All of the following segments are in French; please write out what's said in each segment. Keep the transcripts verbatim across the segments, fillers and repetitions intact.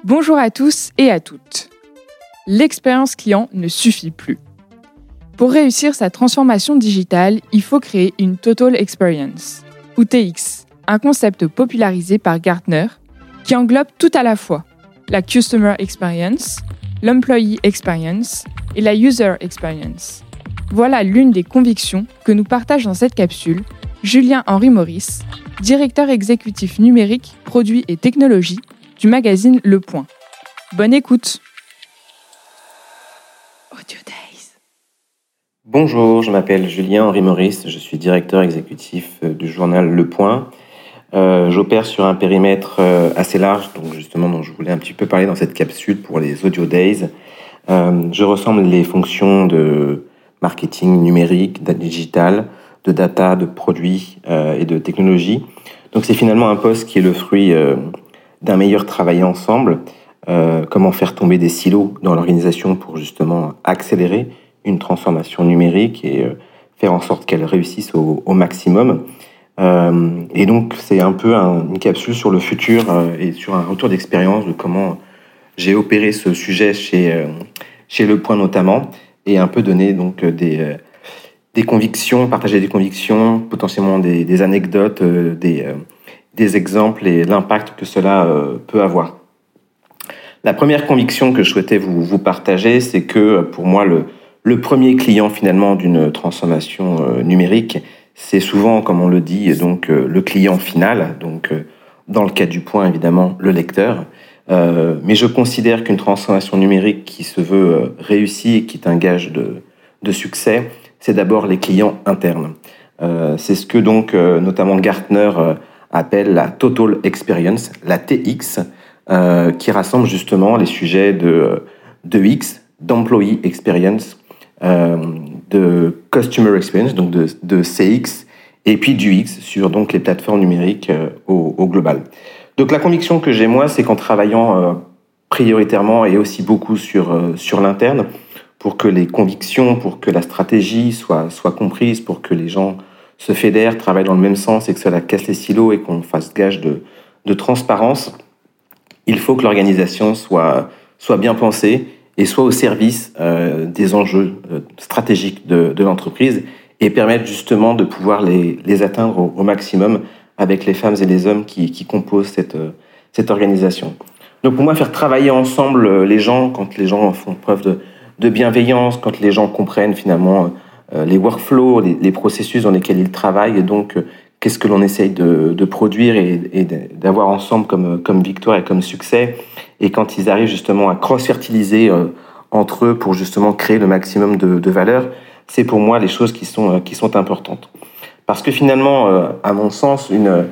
Bonjour à tous et à toutes. L'expérience client ne suffit plus. Pour réussir sa transformation digitale, il faut créer une Total Experience, ou T X, un concept popularisé par Gartner qui englobe tout à la fois la Customer Experience, l'Employee Experience et la User Experience. Voilà l'une des convictions que nous partage dans cette capsule Julien-Henri Maurice, directeur exécutif numérique, produits et technologies du magazine Le Point. Bonne écoute. Audio Days. Bonjour, je m'appelle Julien-Henri Maurice, je suis directeur exécutif du journal Le Point. Euh, j'opère sur un périmètre euh, assez large, donc justement dont je voulais un petit peu parler dans cette capsule pour les Audio Days. Euh, je ressemble les fonctions de marketing numérique, digital, de data, de produits euh, et de technologie. Donc c'est finalement un poste qui est le fruit euh, d'un meilleur travail ensemble. Euh, comment faire tomber des silos dans l'organisation pour justement accélérer une transformation numérique et euh, faire en sorte qu'elle réussisse au, au maximum. Euh, et donc c'est un peu un, une capsule sur le futur euh, et sur un retour d'expérience de comment j'ai opéré ce sujet chez, euh, chez Le Point notamment, et un peu donner donc des, euh, des convictions, partager des convictions, potentiellement des, des anecdotes, euh, des, euh, des exemples et l'impact que cela euh, peut avoir. La première conviction que je souhaitais vous, vous partager, c'est que pour moi, le, le premier client finalement d'une transformation euh, numérique, c'est souvent, comme on le dit, donc euh, le client final, donc euh, dans le cas du Point, évidemment, le lecteur. Euh, mais je considère qu'une transformation numérique qui se veut euh, réussie et qui est un gage de, de succès, c'est d'abord les clients internes. Euh, c'est ce que donc euh, notamment Gartner euh, appelle la Total Experience, la T X, euh, qui rassemble justement les sujets de, de X, d'Employee Experience, euh, de Customer Experience, donc de, de C X, et puis du X sur donc les plateformes numériques euh, au, au global. Donc la conviction que j'ai moi, c'est qu'en travaillant euh, prioritairement et aussi beaucoup sur, euh, sur l'interne, pour que les convictions, pour que la stratégie soit, soit comprise, pour que les gens se fédèrent, travaillent dans le même sens et que cela casse les silos et qu'on fasse gage de, de transparence, il faut que l'organisation soit, soit bien pensée et soit au service euh, des enjeux euh, stratégiques de, de l'entreprise et permettre justement de pouvoir les, les atteindre au, au maximum avec les femmes et les hommes qui, qui composent cette, euh, cette organisation. Donc pour moi, faire travailler ensemble les gens, quand les gens font preuve de, de bienveillance, quand les gens comprennent finalement euh, les workflows, les, les processus dans lesquels ils travaillent, et donc euh, qu'est-ce que l'on essaye de, de produire et, et d'avoir ensemble comme, comme victoire et comme succès. Et quand ils arrivent justement à cross-fertiliser euh, entre eux pour justement créer le maximum de, de valeur, c'est pour moi les choses qui sont, euh, qui sont importantes. Parce que finalement, euh, à mon sens, une,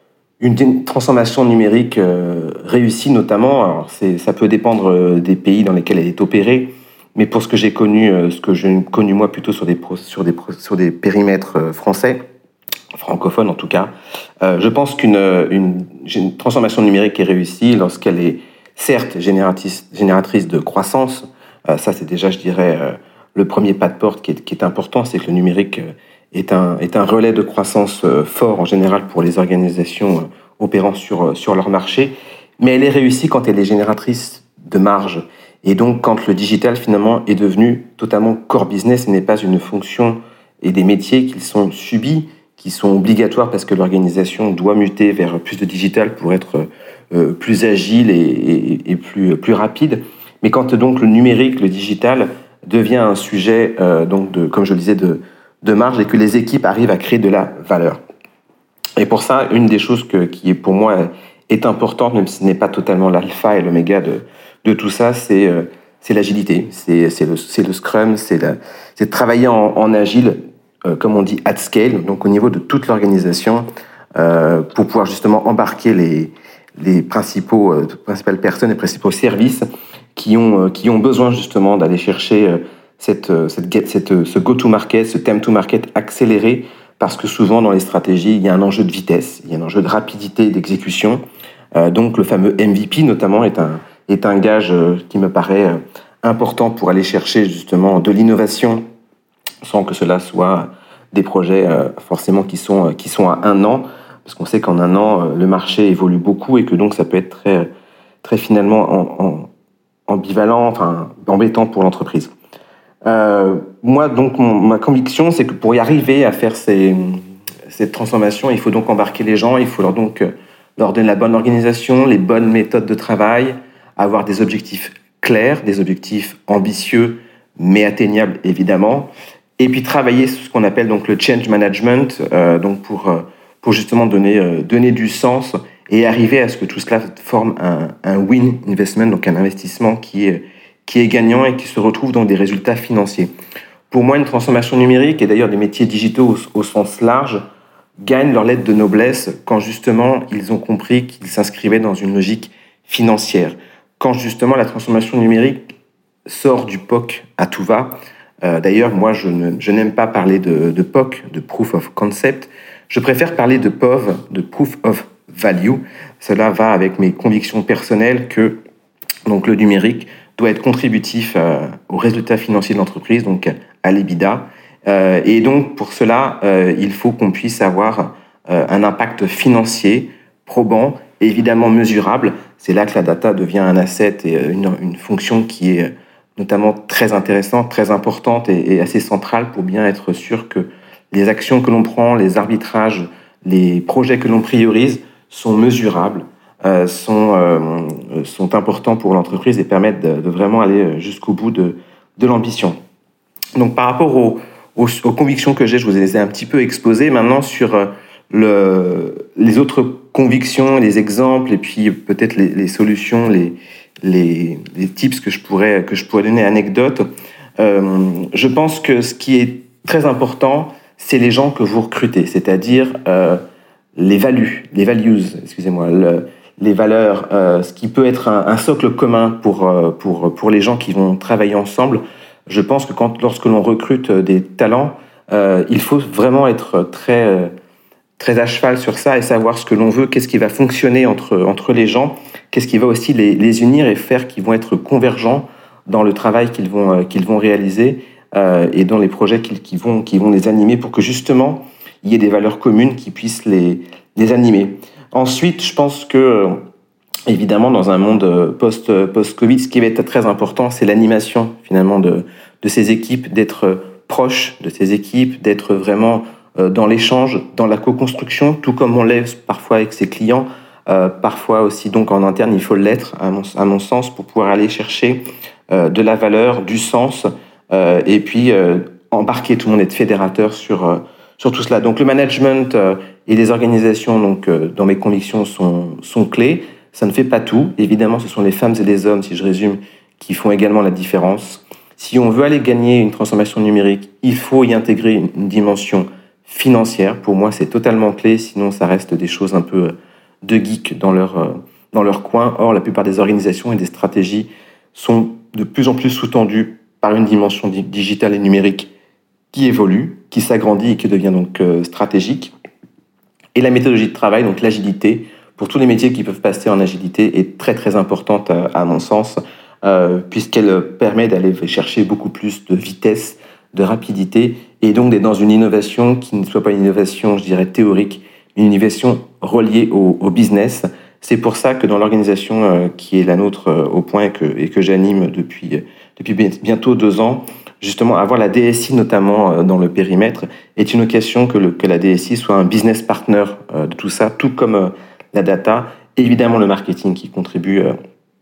une transformation numérique euh, réussie notamment, alors c'est, ça peut dépendre des pays dans lesquels elle est opérée, mais pour ce que j'ai connu, euh, ce que j'ai connu moi plutôt sur des, sur des, sur des périmètres euh, français, francophone en tout cas, euh, je pense qu'une une, une transformation numérique est réussie lorsqu'elle est certes génératrice, génératrice de croissance. Euh, ça c'est déjà, je dirais, euh, le premier pas de porte qui est, qui est important, c'est que le numérique euh, est, un, est un relais de croissance euh, fort en général pour les organisations euh, opérant sur, euh, sur leur marché, mais elle est réussie quand elle est génératrice de marge. Et donc quand le digital finalement est devenu totalement core business, et n'est pas une fonction et des métiers qui sont subis, qui sont obligatoires parce que l'organisation doit muter vers plus de digital pour être euh, plus agile et, et, et plus, plus rapide. Mais quand donc le numérique, le digital, devient un sujet, euh, donc de, comme je le disais, de, de marge et que les équipes arrivent à créer de la valeur. Et pour ça, une des choses que, qui est pour moi est importante, même si ce n'est pas totalement l'alpha et l'oméga de, de tout ça, c'est, euh, c'est l'agilité, c'est, c'est, le, c'est le scrum, c'est, la, c'est de travailler en, en agile, Euh, comme on dit, at scale, donc au niveau de toute l'organisation, euh, pour pouvoir justement embarquer les, les principaux, euh, principales personnes, les principaux services qui ont, euh, qui ont besoin justement d'aller chercher euh, cette, cette, cette, ce go-to-market, ce time-to-market accéléré, parce que souvent dans les stratégies, il y a un enjeu de vitesse, il y a un enjeu de rapidité d'exécution. Euh, donc le fameux M V P notamment est un, est un gage euh, qui me paraît euh, important pour aller chercher justement de l'innovation sans que cela soit des projets euh, forcément qui sont, euh, qui sont à un an, parce qu'on sait qu'en un an, euh, le marché évolue beaucoup et que donc ça peut être très, très finalement en, en, ambivalent, enfin embêtant pour l'entreprise. Euh, moi, donc, mon, ma conviction, c'est que pour y arriver à faire ces, cette transformation, il faut donc embarquer les gens, il faut leur donc leur donner la bonne organisation, les bonnes méthodes de travail, avoir des objectifs clairs, des objectifs ambitieux, mais atteignables évidemment, et puis travailler sur ce qu'on appelle donc le change management, euh, donc pour pour justement donner euh, donner du sens et arriver à ce que tout cela forme un, un win investment, donc un investissement qui est qui est gagnant et qui se retrouve dans des résultats financiers. Pour moi, une transformation numérique, et d'ailleurs des métiers digitaux au, au sens large, gagnent leur lettre de noblesse quand justement ils ont compris qu'ils s'inscrivaient dans une logique financière. Quand justement la transformation numérique sort du P O C à tout va. Euh, d'ailleurs, moi, je, ne, je n'aime pas parler de, de P O C, de Proof of Concept. Je préfère parler de P O V, de Proof of Value. Cela va avec mes convictions personnelles que donc, le numérique doit être contributif euh, aux résultats financiers de l'entreprise, donc à l'EBITDA. Euh, et donc, pour cela, euh, il faut qu'on puisse avoir euh, un impact financier probant et évidemment mesurable. C'est là que la data devient un asset et une, une fonction qui est notamment très intéressante, très importante et, et assez centrale pour bien être sûr que les actions que l'on prend, les arbitrages, les projets que l'on priorise sont mesurables, euh, sont, euh, sont importants pour l'entreprise et permettent de, de vraiment aller jusqu'au bout de, de l'ambition. Donc par rapport aux, aux, aux convictions que j'ai, je vous les ai un petit peu exposées. Maintenant sur le, les autres convictions, les exemples et puis peut-être les, les solutions, les, les, les tips que je pourrais, que je pourrais donner, anecdotes. Euh, je pense que ce qui est très important, c'est les gens que vous recrutez, c'est-à-dire euh, les values, les values, excusez-moi, le, les valeurs, euh, ce qui peut être un, un socle commun pour, euh, pour, pour les gens qui vont travailler ensemble. Je pense que quand, lorsque l'on recrute des talents, euh, il faut vraiment être très, euh, très à cheval sur ça et savoir ce que l'on veut, qu'est-ce qui va fonctionner entre, entre les gens, qu'est-ce qui va aussi les, les unir et faire qu'ils vont être convergents dans le travail qu'ils vont, euh, qu'ils vont réaliser euh, et dans les projets qu'ils, qu'ils vont, qu'ils vont les animer pour que justement il y ait des valeurs communes qui puissent les, les animer. Ensuite, je pense que, évidemment, dans un monde post, post-Covid, ce qui va être très important, c'est l'animation, finalement, de, de ces équipes, d'être proche de ces équipes, d'être vraiment dans l'échange, dans la co-construction, tout comme on l'est parfois avec ses clients, euh, parfois aussi donc en interne, il faut l'être, à mon, à mon sens, pour pouvoir aller chercher euh, de la valeur, du sens, euh, et puis euh, embarquer tout le monde, être fédérateur sur... Euh, sur tout cela. Donc le management euh, et les organisations, donc, euh, dans mes convictions, sont, sont clés. Ça ne fait pas tout. Évidemment, ce sont les femmes et les hommes, si je résume, qui font également la différence. Si on veut aller gagner une transformation numérique, il faut y intégrer une, une dimension financière. Pour moi, c'est totalement clé, sinon ça reste des choses un peu de geek dans leur, euh, dans leur coin. Or, la plupart des organisations et des stratégies sont de plus en plus sous-tendues par une dimension di- digitale et numérique qui évolue, qui s'agrandit et qui devient donc euh, stratégique. Et la méthodologie de travail, donc l'agilité, pour tous les métiers qui peuvent passer en agilité, est très très importante à, à mon sens, euh, puisqu'elle permet d'aller chercher beaucoup plus de vitesse, de rapidité, et donc d'être dans une innovation qui ne soit pas une innovation, je dirais, théorique, mais une innovation reliée au, au business. C'est pour ça que dans l'organisation euh, qui est la nôtre euh, au point et que, et que j'anime depuis, euh, depuis bientôt deux ans, justement, avoir la D S I notamment dans le périmètre est une occasion que, le, que la D S I soit un business partner euh, de tout ça, tout comme euh, la data, évidemment le marketing qui contribue euh,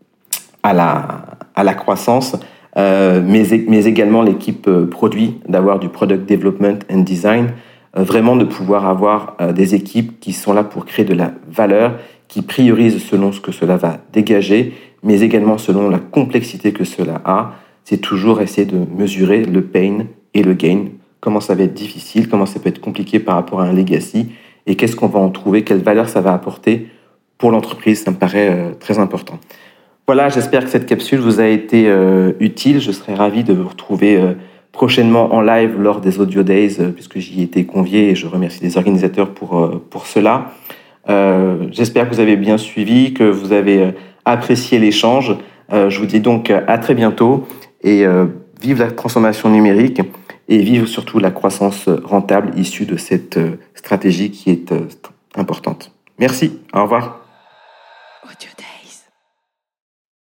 à, la, à la croissance, euh, mais, mais également l'équipe euh, produit, d'avoir du product development and design, euh, vraiment de pouvoir avoir euh, des équipes qui sont là pour créer de la valeur, qui priorisent selon ce que cela va dégager, mais également selon la complexité que cela a. C'est toujours essayer de mesurer le pain et le gain, comment ça va être difficile, comment ça peut être compliqué par rapport à un legacy, et qu'est-ce qu'on va en trouver, quelle valeur ça va apporter pour l'entreprise, ça me paraît euh, très important. Voilà, j'espère que cette capsule vous a été euh, utile, je serai ravi de vous retrouver euh, prochainement en live lors des Audio Days, euh, puisque j'y ai été convié, et je remercie les organisateurs pour, euh, pour cela. Euh, j'espère que vous avez bien suivi, que vous avez euh, apprécié l'échange. Euh, je vous dis donc à très bientôt. Et euh, vive la transformation numérique et vive surtout la croissance rentable issue de cette euh, stratégie qui est euh, importante. Merci, au revoir.